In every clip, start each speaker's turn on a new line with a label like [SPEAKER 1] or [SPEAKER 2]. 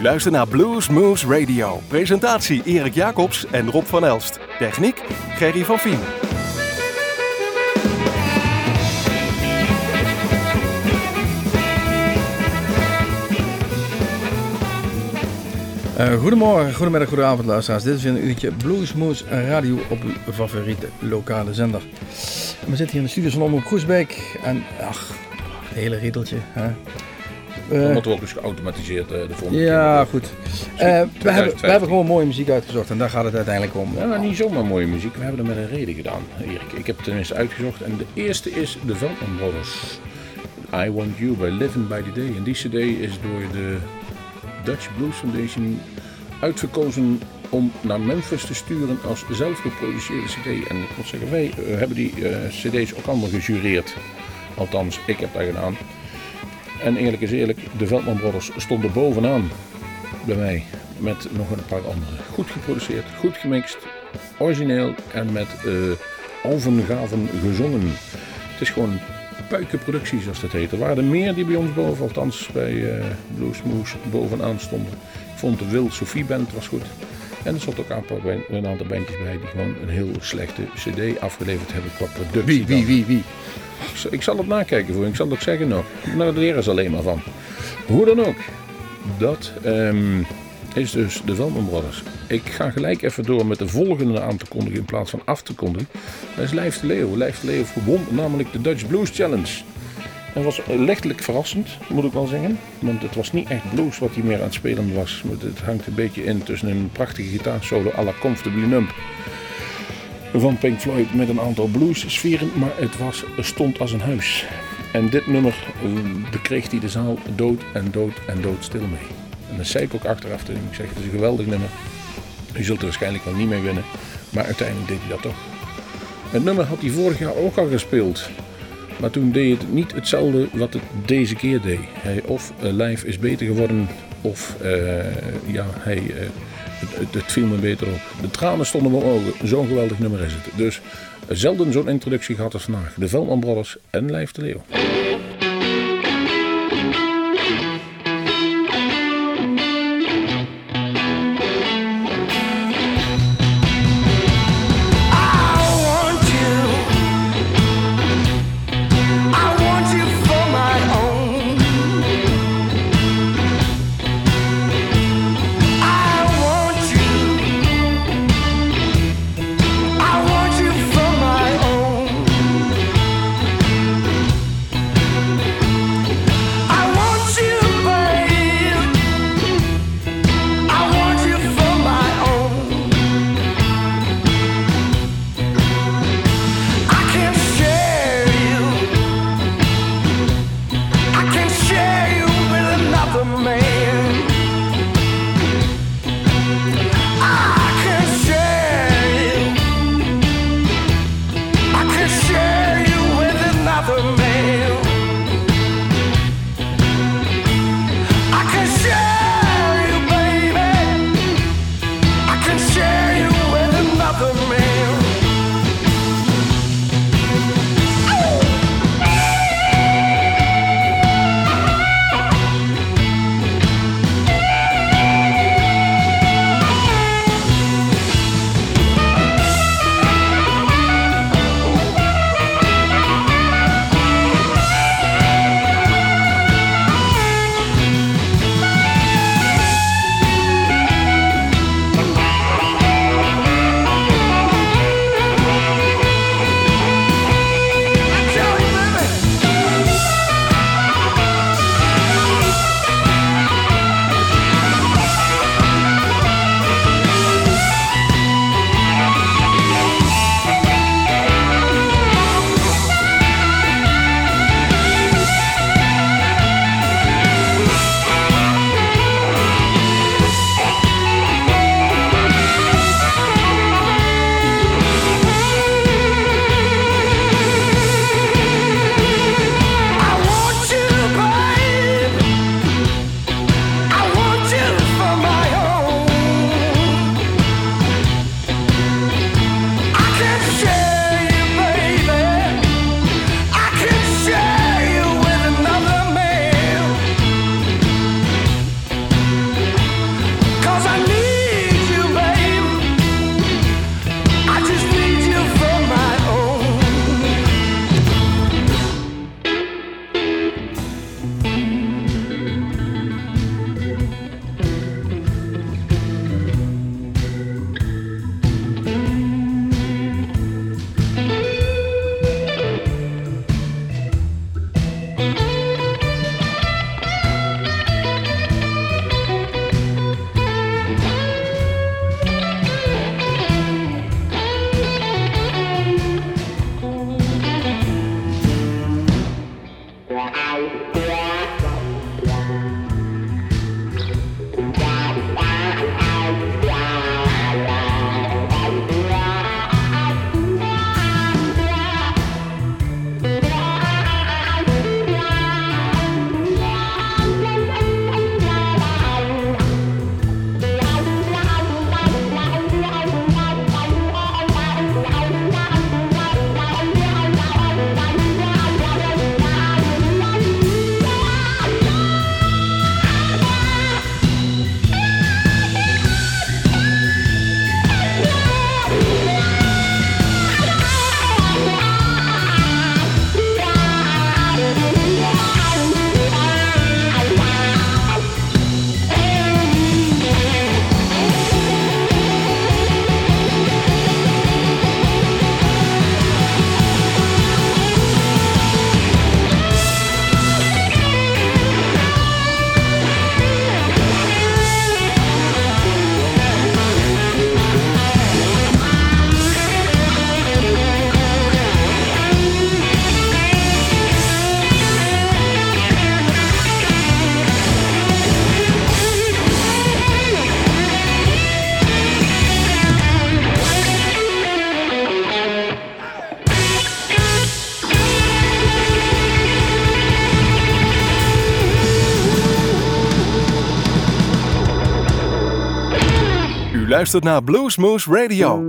[SPEAKER 1] luistert naar Blues Moose Radio. Presentatie Erik Jacobs en Rob van Elst. Techniek Gerry van Vien.
[SPEAKER 2] Goedemorgen, goedemiddag, goedenavond luisteraars. Dit is weer een uurtje Blues Moose Radio op uw favoriete lokale zender. En we zitten hier in de studio van Omroep Groesbeek en het hele riedeltje.
[SPEAKER 3] Dan moeten we ook eens geautomatiseerd de volgende
[SPEAKER 2] ja, goed. We hebben gewoon mooie muziek uitgezocht en daar gaat het uiteindelijk om.
[SPEAKER 3] Ja, niet zomaar mooie muziek, we hebben er met een reden gedaan, Erik. Ik heb het tenminste uitgezocht en de eerste is de Veldman Brothers. I Want You by Living by the Day. En die cd is door de Dutch Blues Foundation uitverkozen om naar Memphis te sturen als zelfgeproduceerde cd. En ik moet zeggen, wij hebben die cd's ook allemaal gejureerd. Althans, ik heb dat gedaan. En eerlijk is eerlijk, de Veldman Brothers stonden bovenaan bij mij met nog een paar andere. Goed geproduceerd, goed gemixt, origineel en met overgaven gezongen. Het is gewoon puikenproductie zoals dat heet. Er waren er meer die bij ons boven, althans bij Blues Moose bovenaan stonden. Ik vond de Wil Sophie Band was goed. En er zat ook een aantal bandjes bij die gewoon een heel slechte cd afgeleverd hebben qua productie.
[SPEAKER 2] Wie?
[SPEAKER 3] Ik zal het nakijken voor je, ik zal het ook zeggen nog. Daar leren ze alleen maar van. Hoe dan ook. Dat is dus de Veldman Brothers. Ik ga gelijk even door met de volgende aan te kondigen in plaats van af te kondigen. Dat is Lijf de Leeuw. Lijf de Leeuw won namelijk de Dutch Blues Challenge. Dat was lichtelijk verrassend, moet ik wel zeggen. Want het was niet echt blues wat hij meer aan het spelen was. Het hangt een beetje in tussen een prachtige gitaarsolo à la Comfortably Numb van Pink Floyd met een aantal blues-sferen, maar het stond als een huis. En dit nummer bekreeg hij de zaal dood stil mee. En dat zei ik ook achteraf toen ik zeg, het is een geweldig nummer. U zult er waarschijnlijk wel niet mee winnen, maar uiteindelijk deed hij dat toch. Het nummer had hij vorig jaar ook al gespeeld, maar toen deed het niet hetzelfde wat het deze keer deed. Of live is beter geworden, of het viel me beter op. De tranen stonden in mijn ogen. Zo'n geweldig nummer is het. Dus zelden zo'n introductie gehad als vandaag. De Veldman Brothers en Lijf de Leeuw.
[SPEAKER 1] luistert naar Bluesmoose Radio.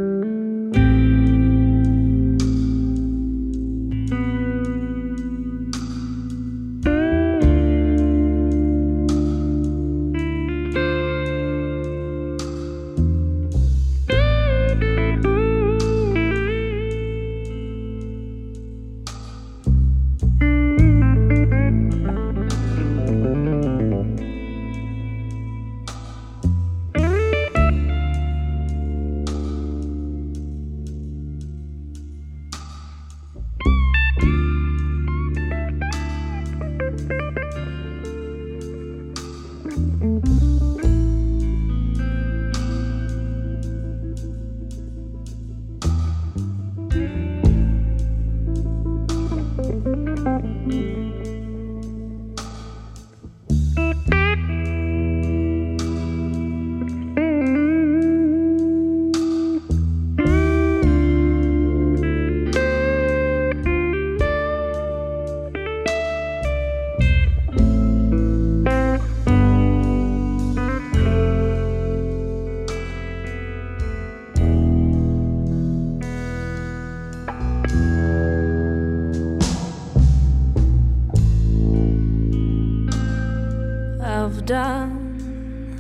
[SPEAKER 4] Done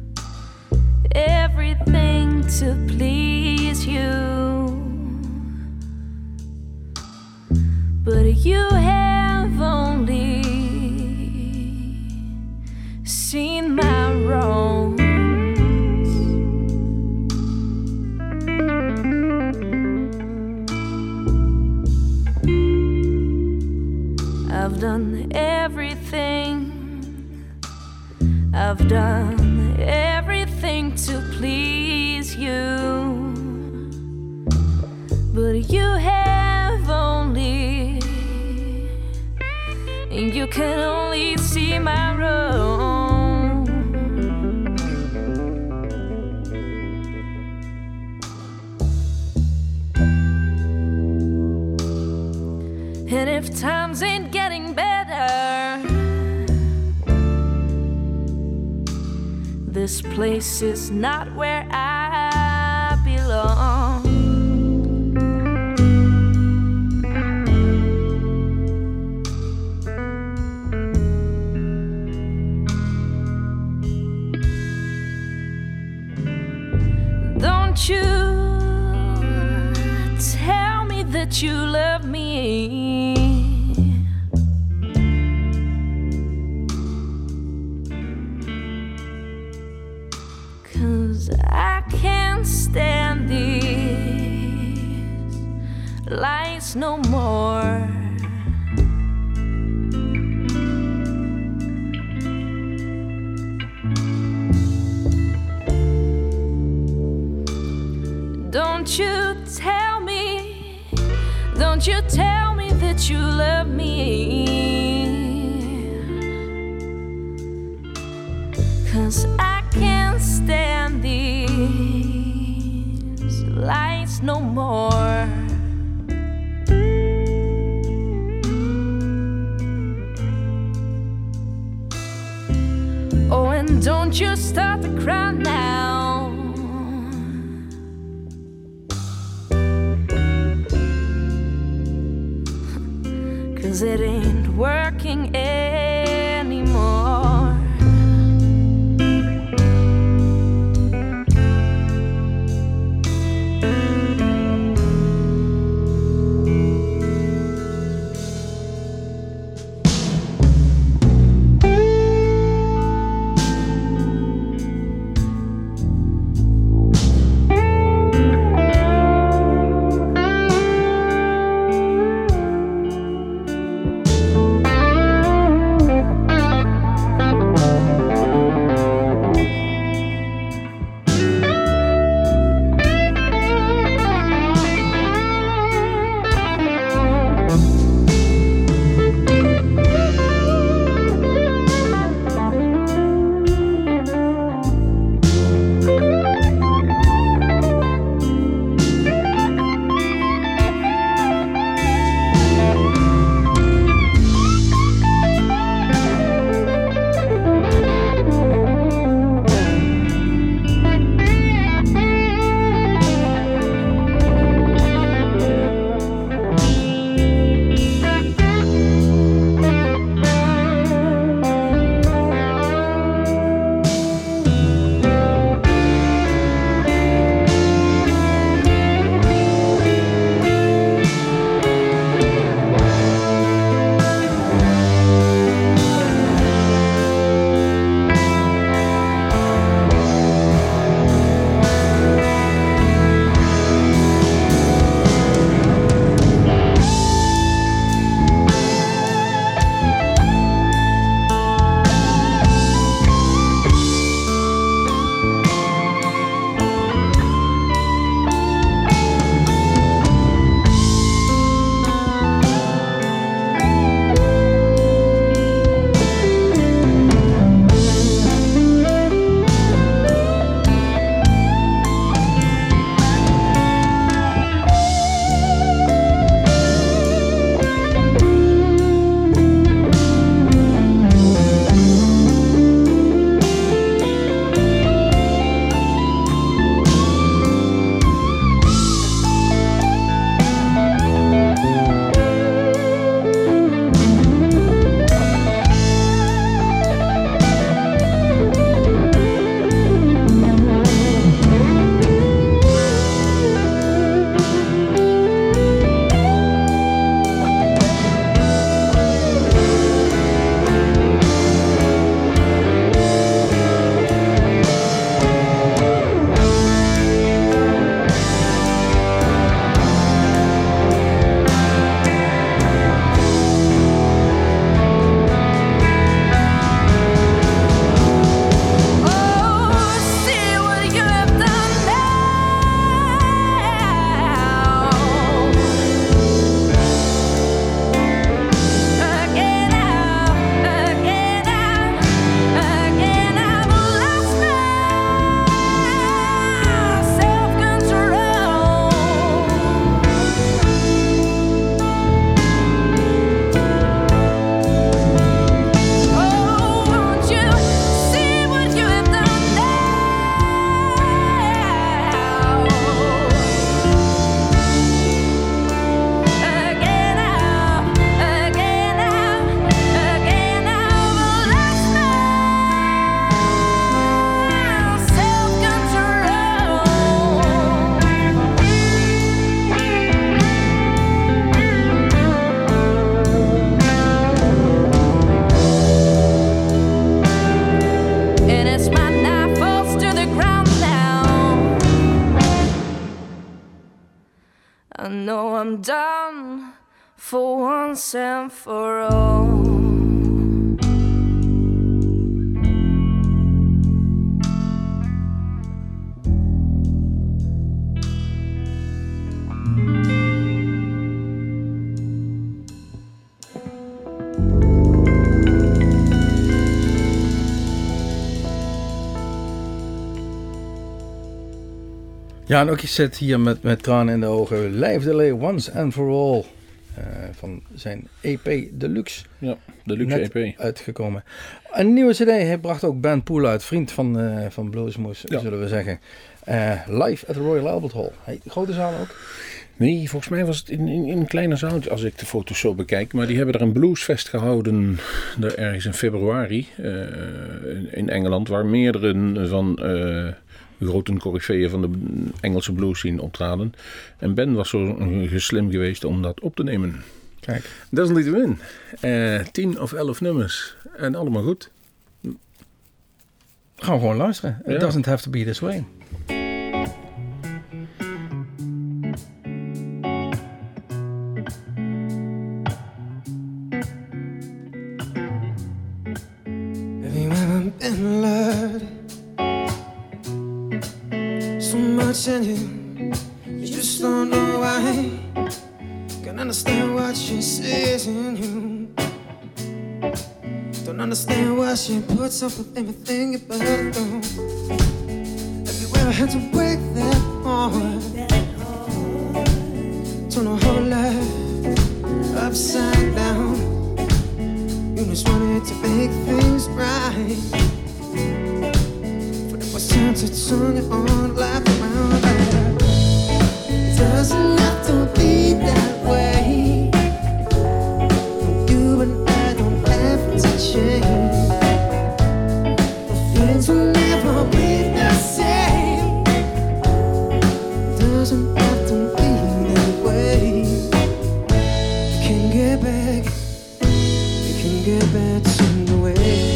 [SPEAKER 4] everything to please you, but you have only seen my wrongs. I've done everything, I've done everything to please you, but you have only, and you can only see my wrong. And if times ain't getting better, this place is not where I belong. Don't you tell me that you love me, 'cause I can't stand these lights no more. Don't you tell me that you love me, 'cause I can't stand these lights no more. Oh, and don't you start to cry now, 'cause it ain't working anymore. I know I'm done for once and for all.
[SPEAKER 2] Ja, en ook je zit hier met tranen in de ogen. Live Delay Once and For All. Van zijn EP Deluxe.
[SPEAKER 3] Ja, Deluxe
[SPEAKER 2] net
[SPEAKER 3] EP.
[SPEAKER 2] Uitgekomen. Een nieuwe cd. Hij bracht ook Ben Poel uit. Vriend van Bluesmoose, zullen we zeggen. Live at the Royal Albert Hall. Hey, grote zaal ook?
[SPEAKER 3] Nee, volgens mij was het in een kleine zaaltje als ik de foto's zo bekijk. Maar die hebben er een bluesfest gehouden daar ergens in februari in Engeland. Waar meerdere van grote coryfeeën van de Engelse blues scene optraden. En Ben was zo slim geweest om dat op te nemen.
[SPEAKER 2] Kijk.
[SPEAKER 3] Desalniettemin. 10 of 11 nummers. En allemaal goed.
[SPEAKER 2] Gaan we gewoon luisteren.
[SPEAKER 3] Ja.
[SPEAKER 2] It doesn't have to be this way.
[SPEAKER 5] Have you ever been loved so much and you just don't know why? Can't understand what she says in you. Don't understand why she puts up with everything you better do. Have you ever had to break that heart? Turn a whole life upside down. You just wanted to make things right, but it was time to turn your own life around. It doesn't have to be that way. You and I don't have to change. Things will never be the same. It doesn't have to be that way. You can get back. You can get back to the way.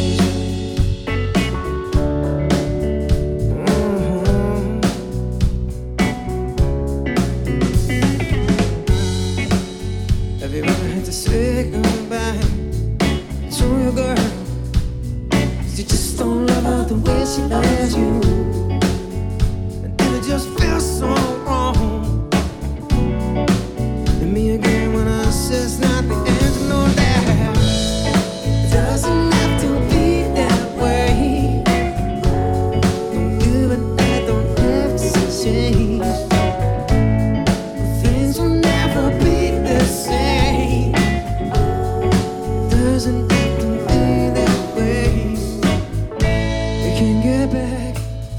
[SPEAKER 5] Have you ever had to say goodbye to your girl? 'Cause you just don't love her the way she loves you, and then it just feels so wrong. And me again when I say it's not the end, you know that it doesn't have to be that way. You and I don't have to change. Things will never be the same. Doesn't have to be that way. You can get back.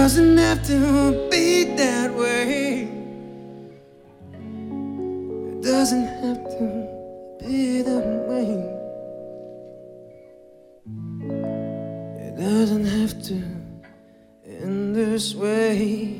[SPEAKER 5] doesn't have to be that way. It doesn't have to be that way. It doesn't have to end this way.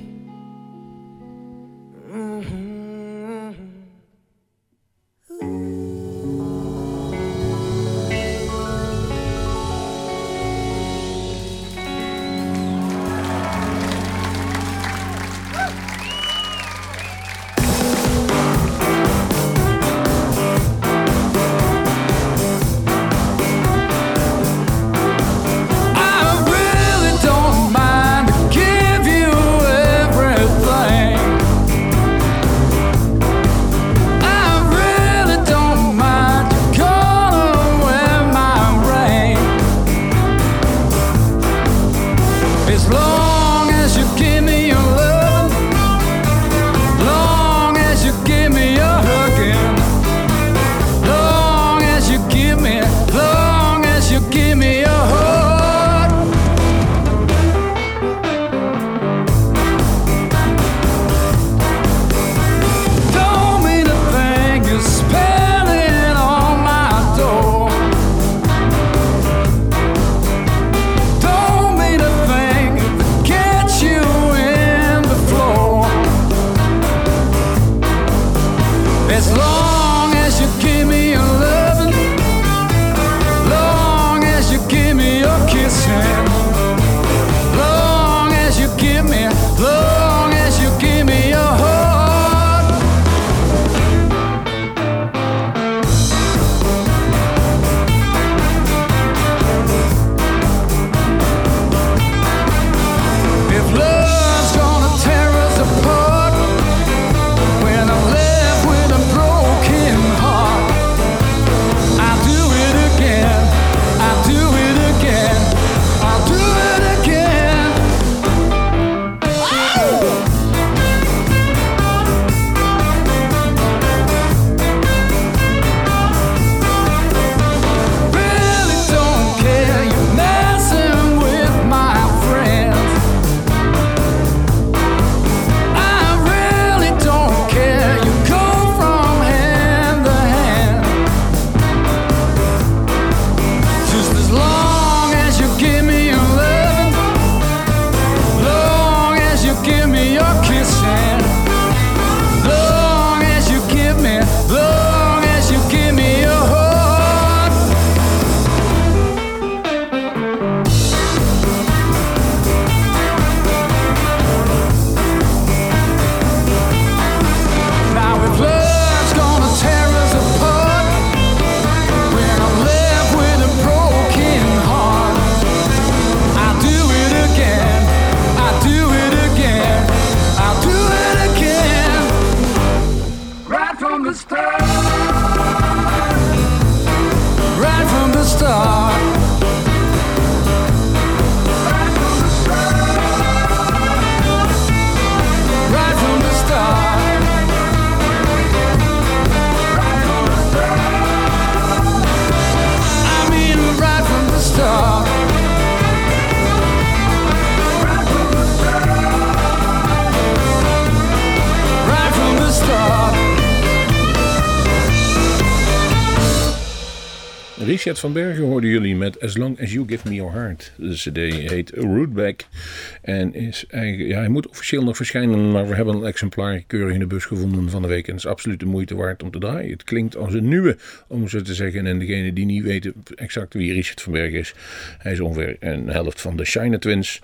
[SPEAKER 3] Richard van Bergen hoorden jullie met As Long As You Give Me Your Heart. De cd heet Rootback en is eigenlijk, ja, hij moet officieel nog verschijnen, maar we hebben een exemplaar keurig in de bus gevonden van de week en het is absoluut de moeite waard om te draaien. Het klinkt als een nieuwe, om zo te zeggen, en degene die niet weten exact wie Richard van Bergen is, hij is ongeveer een helft van de China Twins,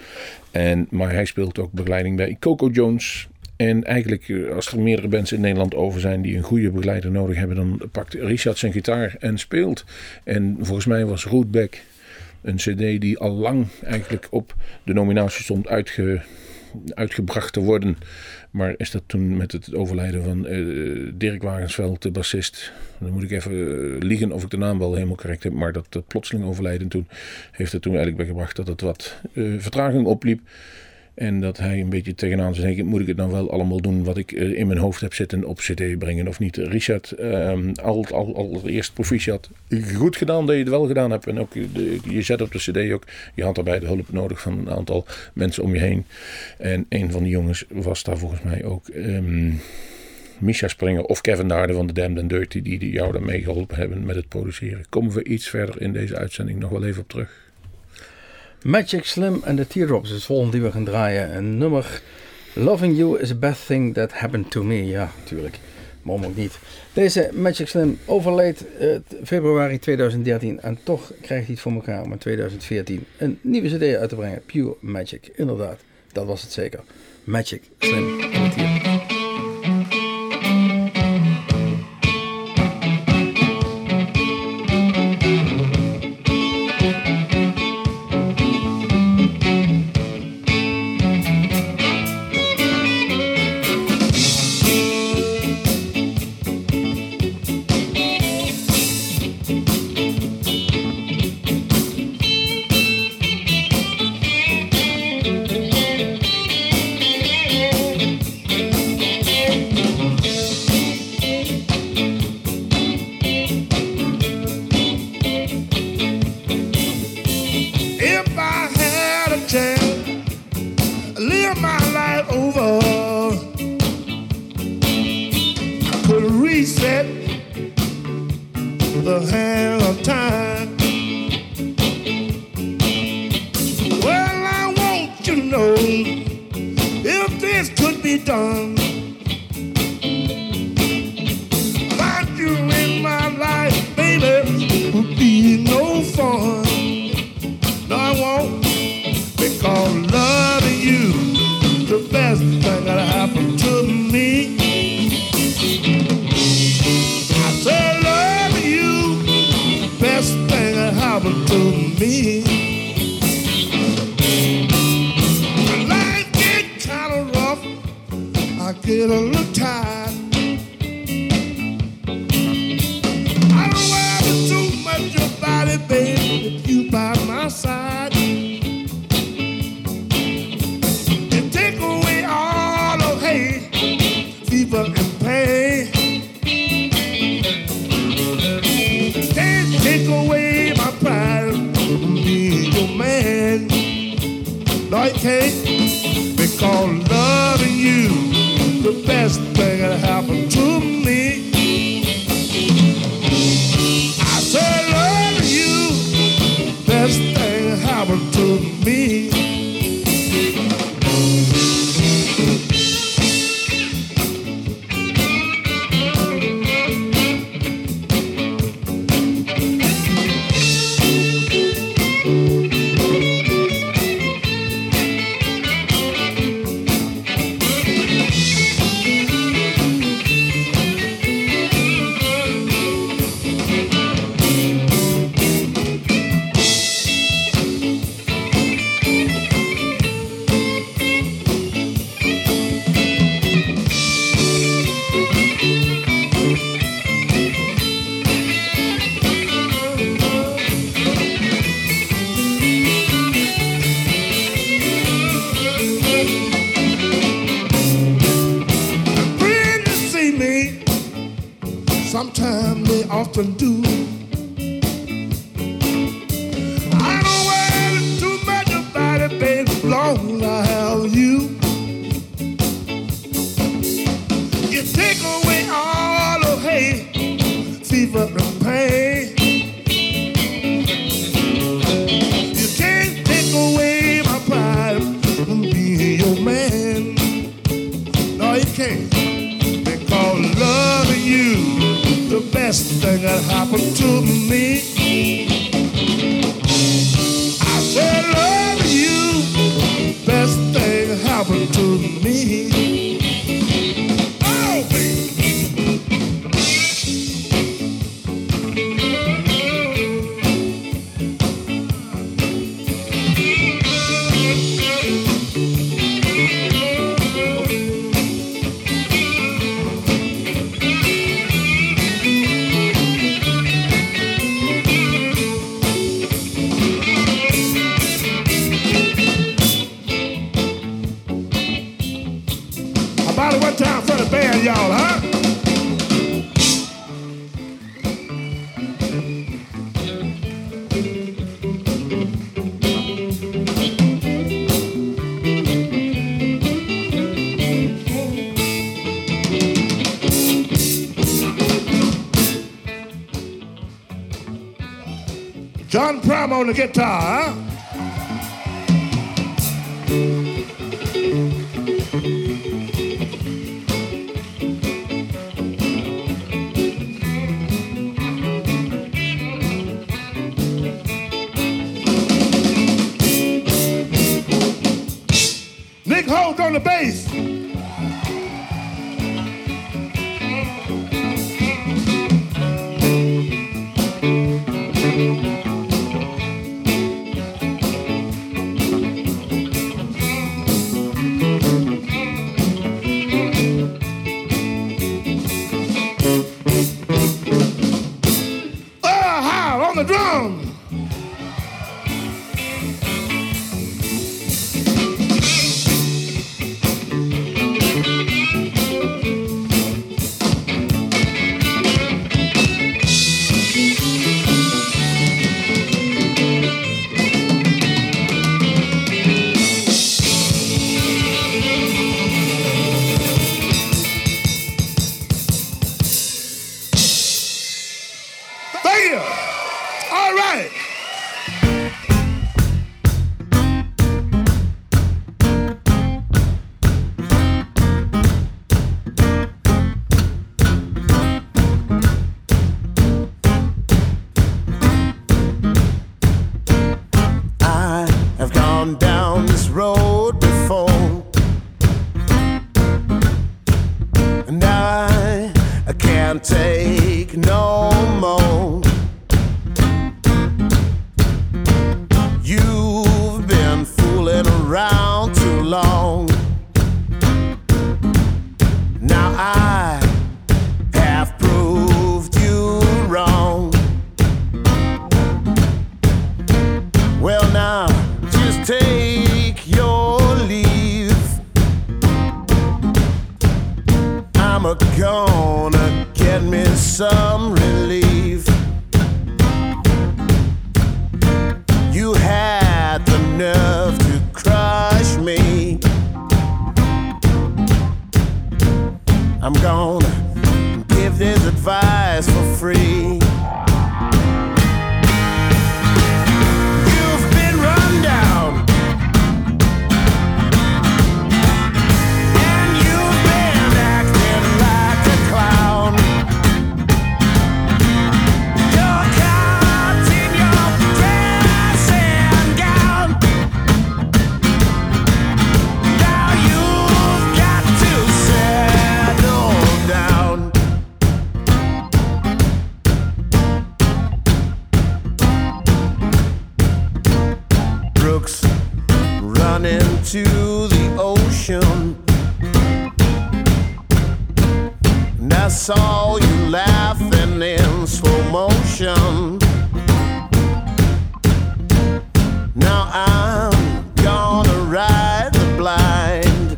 [SPEAKER 3] maar hij speelt ook begeleiding bij Coco Jones. En eigenlijk, als er meerdere bands in Nederland over zijn die een goede begeleider nodig hebben, dan pakt Richard zijn gitaar en speelt. En volgens mij was Rootback een cd die al lang eigenlijk op de nominatie stond uitgebracht te worden. Maar is dat toen met het overlijden van Dirk Wagensveld, de bassist, dan moet ik even liegen of ik de naam wel helemaal correct heb, maar dat plotseling overlijden toen, heeft het toen eigenlijk bijgebracht dat het wat vertraging opliep. En dat hij een beetje tegenaan zei, moet ik het nou wel allemaal doen wat ik in mijn hoofd heb zitten op cd brengen of niet. Richard, allereerst proficiat. Goed gedaan dat je het wel gedaan hebt. En ook je zet op de cd ook. Je had daarbij de hulp nodig van een aantal mensen om je heen. En een van die jongens was daar volgens mij ook Misha Springer of Kevin Naarden van de Damned and Dirty, die jou daarmee geholpen hebben met het produceren. Komen we iets verder in deze uitzending nog wel even op terug.
[SPEAKER 2] Magic Slim and the Teardrops is het volgende die we gaan draaien. Een nummer Loving You is a Bad Thing That Happened to Me. Ja, natuurlijk. Waarom ook niet. Deze Magic Slim overleed februari 2013 en toch krijgt hij het voor elkaar om in 2014 een nieuwe cd uit te brengen. Pure Magic, inderdaad. Dat was het zeker. Magic Slim and the Teardrops.
[SPEAKER 6] Sometimes they often do. I don't worry too much about it, baby, as long as I have you. You take away all the hate, fever and pain. You can't take away my pride from being your man. No, you can't. Because loving you, the best thing that happened to me. I said loving you, best thing that happened to me. Oh, baby. John Prime on the guitar, huh? Nick Holt on the bass. Howell on the drums. Thank you. All right.
[SPEAKER 7] I have gone down this road before, and I can't take no more. You've been fooling around too long. Now I have proved you wrong. Well, now just take your leave. I'm gonna get me some relief. You had the nerve to crush me. I'm gonna give this advice for free. You've been run down, and you've been acting like a clown. You're caught in your dressing gown. Now you've got to settle down. Brooks run into the ocean, and I saw you laughing in slow motion. Now I'm gonna ride the blind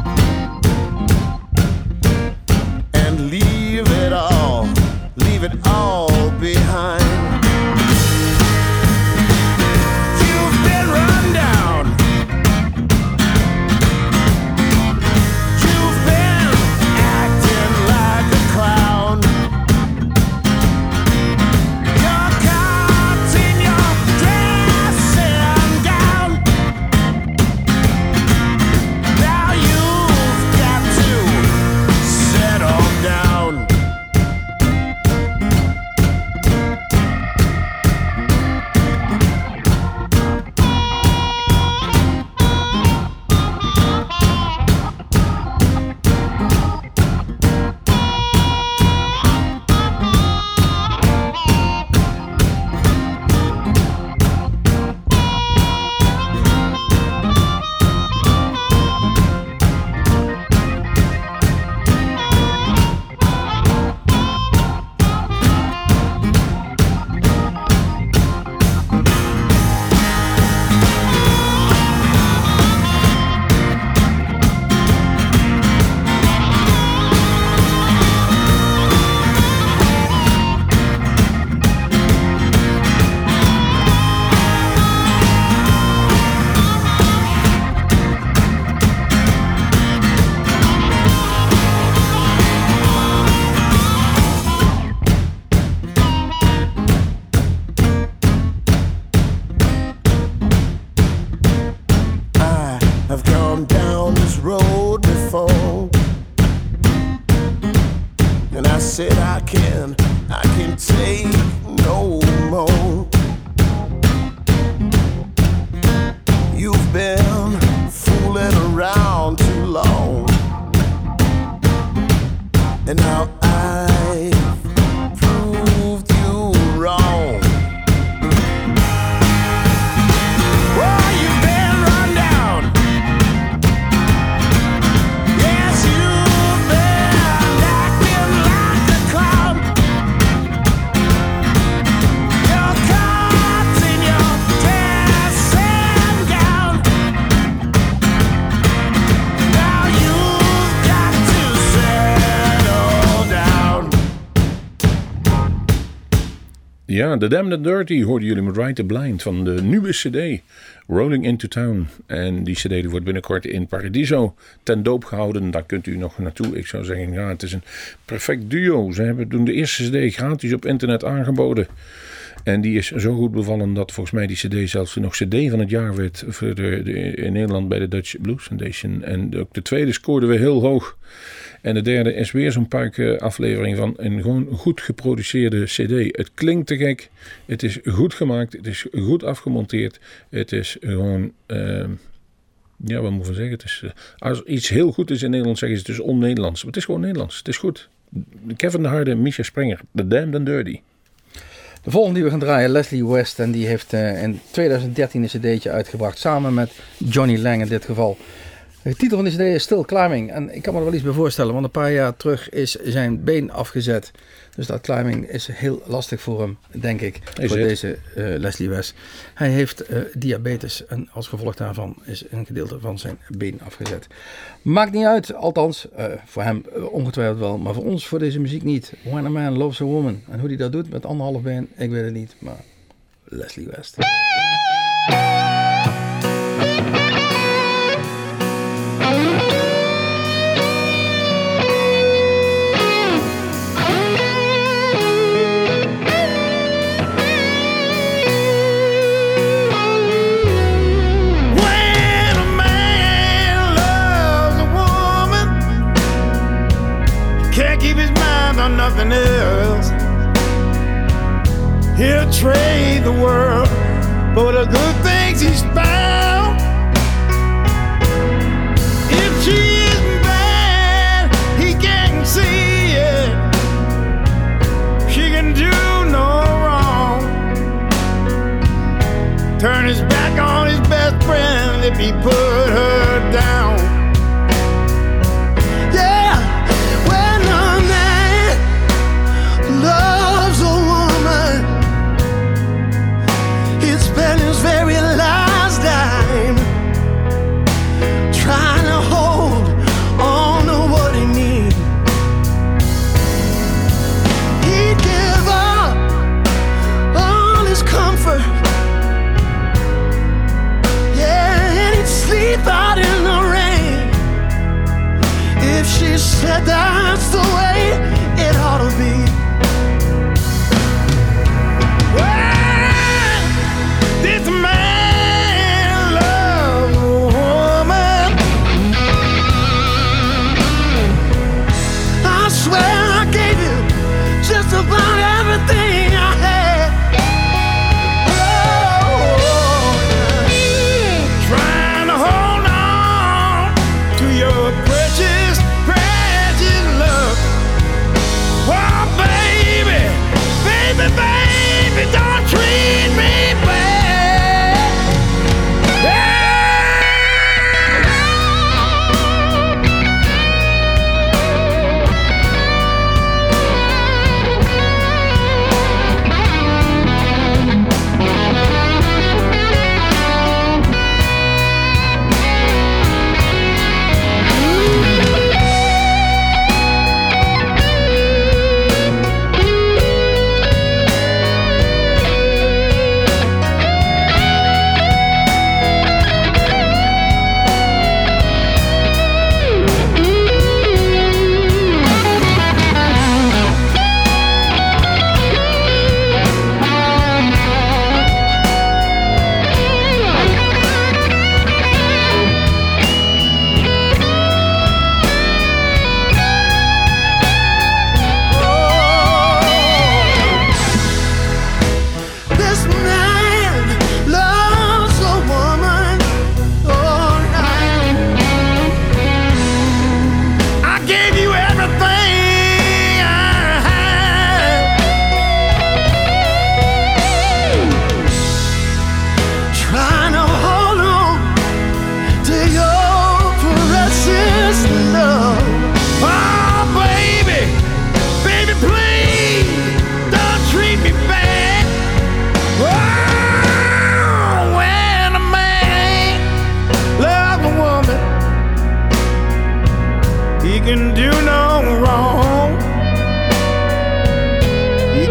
[SPEAKER 7] and leave it all behind. You've been run down. You've been acting like a clown. You're said I can take no more. You've been fooling around too long, and now I've proved you wrong. Oh, you've been run down. Yes, you've been acting like a clown. Your cards in your dressing gown. Now you've got to settle down.
[SPEAKER 3] Ja, The Damned and Dirty hoorden jullie met Right the Blind van de nieuwe cd Rolling Into Town. En die cd die wordt binnenkort in Paradiso ten doop gehouden. Daar kunt u nog naartoe. Ik zou zeggen, ja, het is een perfect duo. Ze hebben toen de eerste cd gratis op internet aangeboden. En die is zo goed bevallen dat volgens mij die cd zelfs nog cd van het jaar werd voor in Nederland bij de Dutch Blues Foundation. En ook de tweede scoorden we heel hoog. En de derde is weer zo'n aflevering van een gewoon goed geproduceerde cd. Het klinkt te gek. Het is goed gemaakt. Het is goed afgemonteerd. Het is gewoon... ja, wat moet ik zeggen? Het is, als iets heel goed is in Nederland zeggen ze het is on-Nederlands. Maar het is gewoon Nederlands. Het is goed. Kevin de Harde en Misha Sprenger. The Damned and Dirty.
[SPEAKER 2] De volgende die we gaan draaien, Leslie West. En die heeft in 2013 een cd'tje uitgebracht. Samen met Johnny Lang in dit geval. De titel van de cd is Still Climbing. En ik kan me er wel iets bij voorstellen. Want een paar jaar terug is zijn been afgezet. Dus dat climbing is heel lastig voor hem, denk ik. Voor deze Leslie West. Hij heeft diabetes. En als gevolg daarvan is een gedeelte van zijn been afgezet. Maakt niet uit. Althans, voor hem ongetwijfeld wel. Maar voor ons, voor deze muziek niet. When a Man Loves a Woman. En hoe hij dat doet met anderhalf been, ik weet het niet. Maar Leslie West.
[SPEAKER 7] On nothing else, he'll trade the world for the good things he's found. If she isn't bad, he can't see it. She can do no wrong. Turn his back on his best friend if he put her down. Loves a woman, he spent his very last dime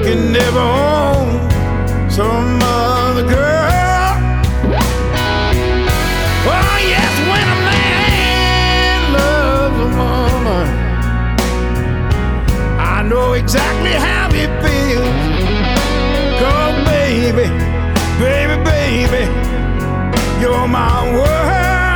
[SPEAKER 7] can never own some other girl. Oh yes, when a man loves a woman, I know exactly how he feels. 'Cause baby, baby, baby, you're my world.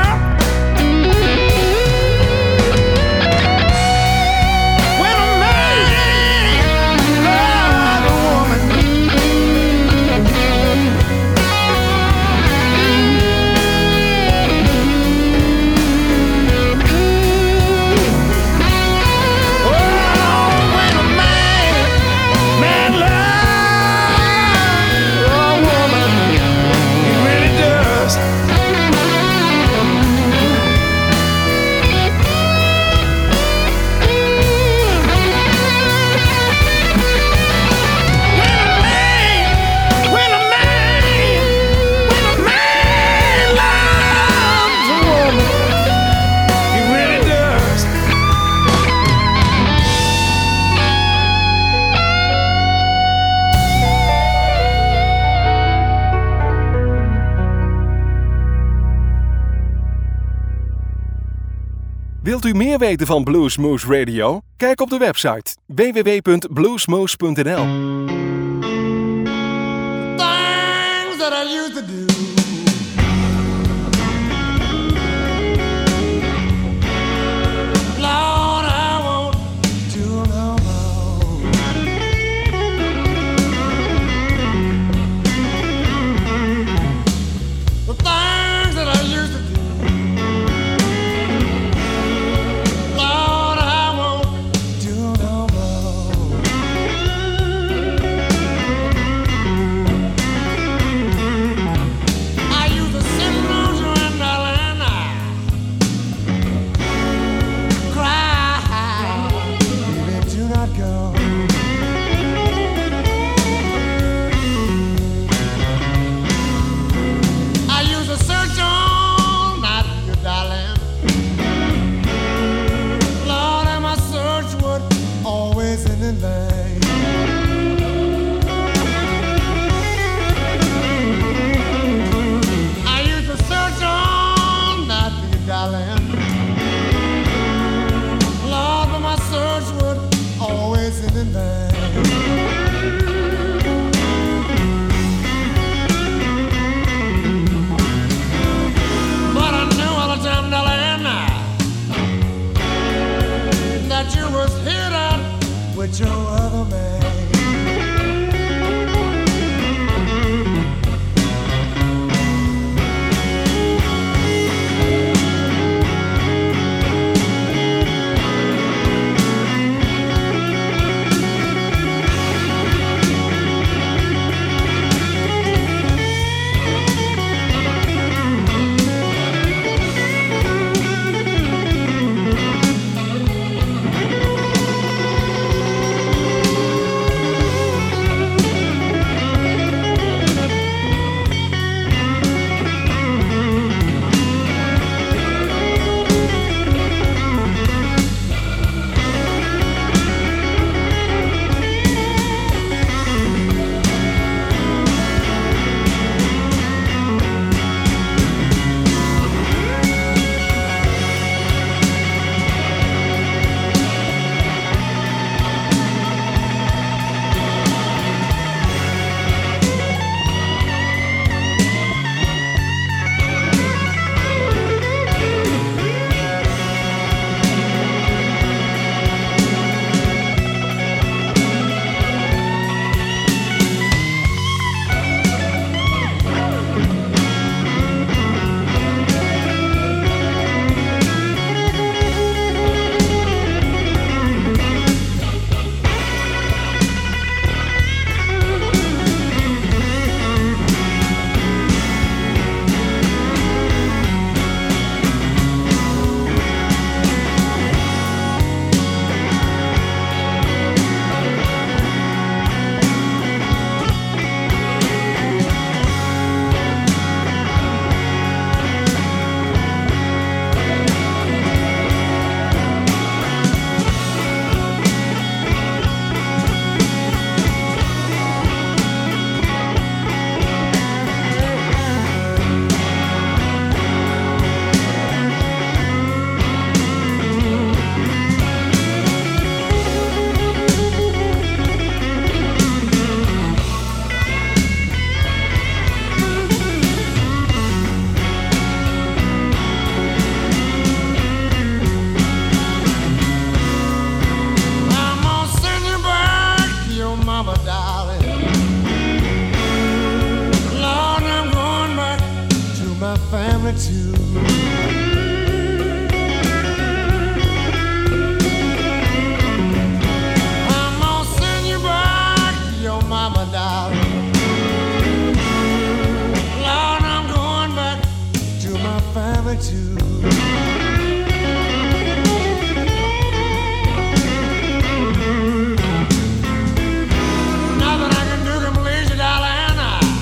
[SPEAKER 1] Wilt u meer weten van Bluesmoose Radio? Kijk op de website www.bluesmoose.nl.
[SPEAKER 7] Things that I used to do. Lord, I won't do no more. The things that I used to do. too. I'm gonna send you back to your mama, darling. Lord, I'm going back to my family too. Nothing I can do can please you, darling.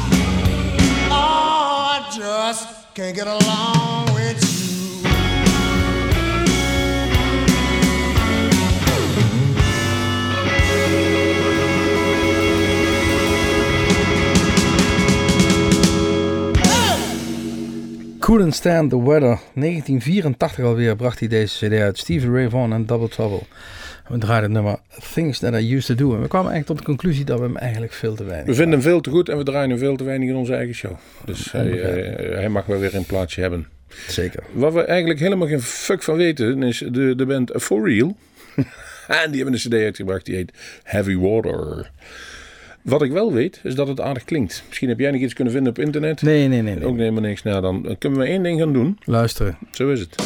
[SPEAKER 7] Oh, I just can't get along with you.
[SPEAKER 2] Couldn't Stand the Weather. 1984 alweer bracht hij deze cd uit. Stevie Ray Vaughan en Double Trouble. We draaiden het nummer Things That I Used To Do. En we kwamen eigenlijk tot de conclusie dat we hem eigenlijk veel te weinig
[SPEAKER 3] We vinden hem veel te goed en we draaien hem veel te weinig in onze eigen show. Dus hij mag wel weer een plaatsje hebben.
[SPEAKER 2] Zeker.
[SPEAKER 3] Waar we eigenlijk helemaal geen fuck van weten is de band For Real. En die hebben een cd uitgebracht die heet Heavy Water. Wat ik wel weet is dat het aardig klinkt. Misschien heb jij nog iets kunnen vinden op internet.
[SPEAKER 2] Nee.
[SPEAKER 3] Ook helemaal niks. Nou, dan kunnen we één ding gaan doen.
[SPEAKER 2] Luisteren.
[SPEAKER 3] Zo is het.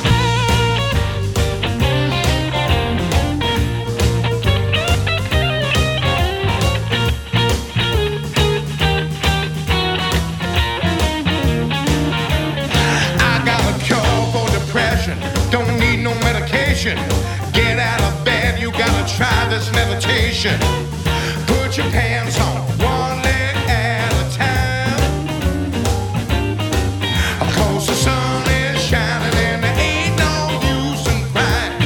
[SPEAKER 8] I got a cure for depression. Don't need no medication. Get out of bed, you gotta try this meditation. Put your pants on, one leg at a time. Of course the sun is shining and there ain't no use in crying.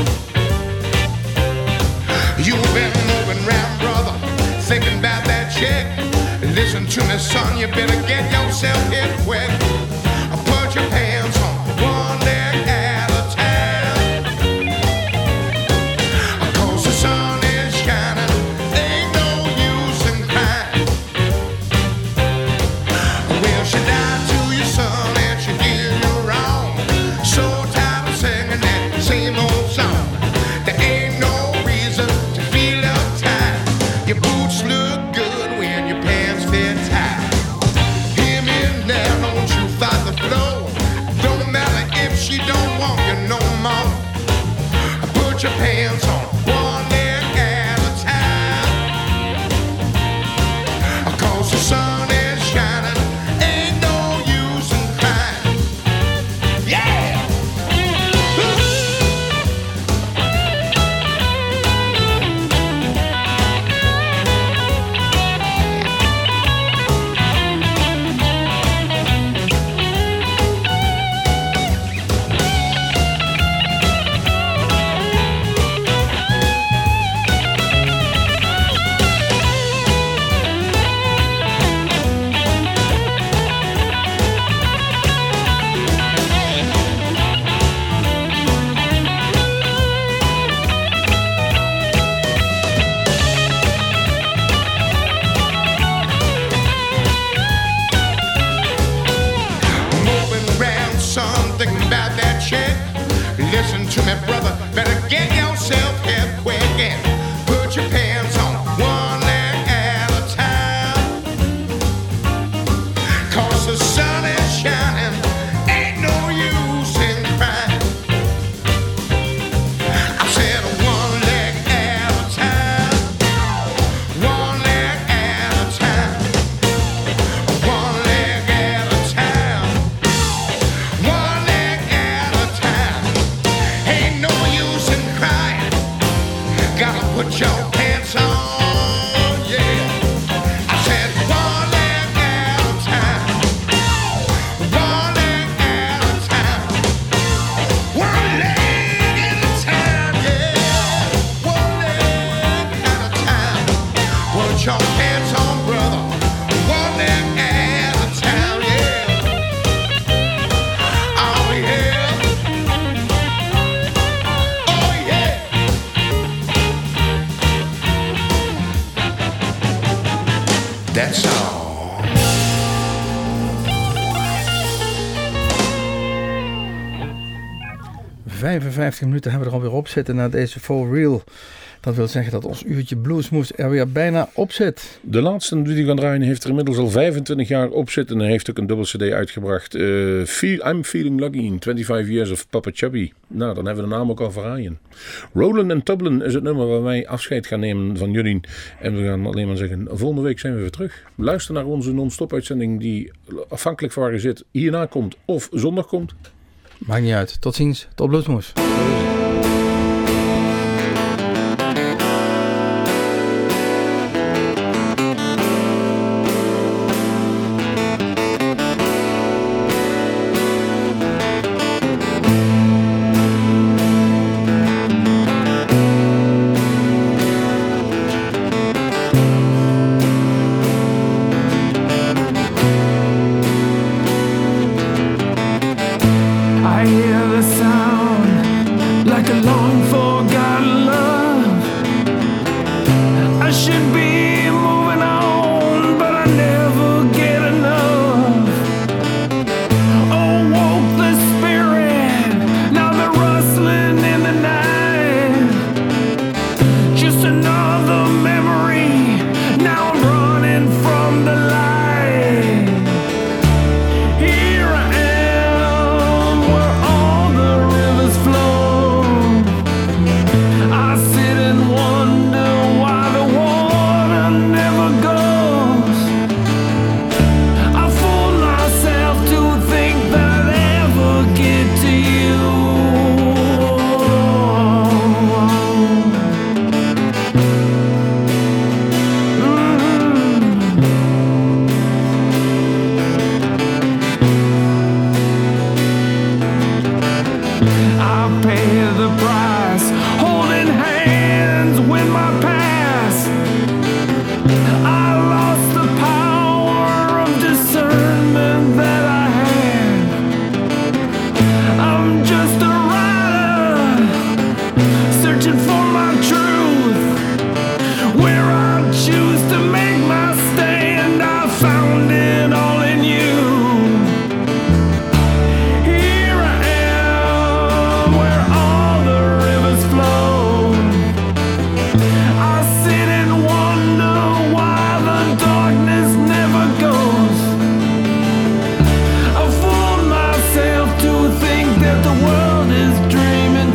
[SPEAKER 8] You've been moving round, brother, thinking about that check. Listen to me, son, you better get yourself hit quick. Put your pants on, one leg at a time. Of course the sun is shining, ain't no use in crying. Well, she died to your son and she did you wrong. So tired of singing that same old song. There ain't no reason to feel uptight. Your boots look good when your pants fit tight. Hear me now, don't you fight the flow. Don't matter if she don't want you no more. Put your pants on, one leg at a time. Of course the sun is shining, ain't no use in crying. Yeah! Moving around, son, thinking about that check. Listen to me, brother, better get yourself hip quick and put your pants on, one leg at a time. 'Cause the sun is shining, ain't no use in crying. I said one leg at a time, one leg at a time, one leg at a time, one leg at a time. Ain't no use in crying. Gotta put your pants on, yeah. I said one leg at a time, one leg at a time, one leg at a time, yeah. One leg at a time. Put your pants on, brother. One leg at a time, yeah. Oh yeah. Oh yeah. That's all.
[SPEAKER 2] 55 minuten hebben we er alweer op zitten naar deze For Real. Dat wil zeggen dat ons uurtje Bluesmoes er weer bijna op zit.
[SPEAKER 3] De laatste die we gaan draaien heeft er inmiddels al 25 jaar op zitten. En hij heeft ook een dubbel cd uitgebracht. I'm Feeling Lucky in 25 Years of Papa Chubby. Nou, dan hebben we de naam ook al verraaien. Rollin' and Tublin is het nummer waar wij afscheid gaan nemen van jullie. En we gaan alleen maar zeggen, volgende week zijn we weer terug. Luister naar onze non-stop uitzending die afhankelijk van waar je zit hierna komt of zondag komt.
[SPEAKER 2] Maakt niet uit. Tot ziens. Tot Bluesmoes.
[SPEAKER 5] I hear the sound like a long forgotten love. I should be moving on, but I never get enough. Oh, woke the spirit, now they're rustling in the night. Just another memory, now I'm running from the light. Here I am, where all the rivers flow. I sit and wonder why the water never goes. I fool myself to think that I'd ever get to you. I pay the price, holding hands with my past. I lost the power of discernment that I had. I'm just a writer, searching for my truth. Where I choose to make my stand, I found it all in you. Here I am, where all the rivers flow. I sit and wonder why the darkness never goes. I fool myself to think that the world is dreaming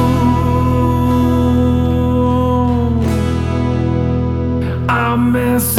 [SPEAKER 5] too. I miss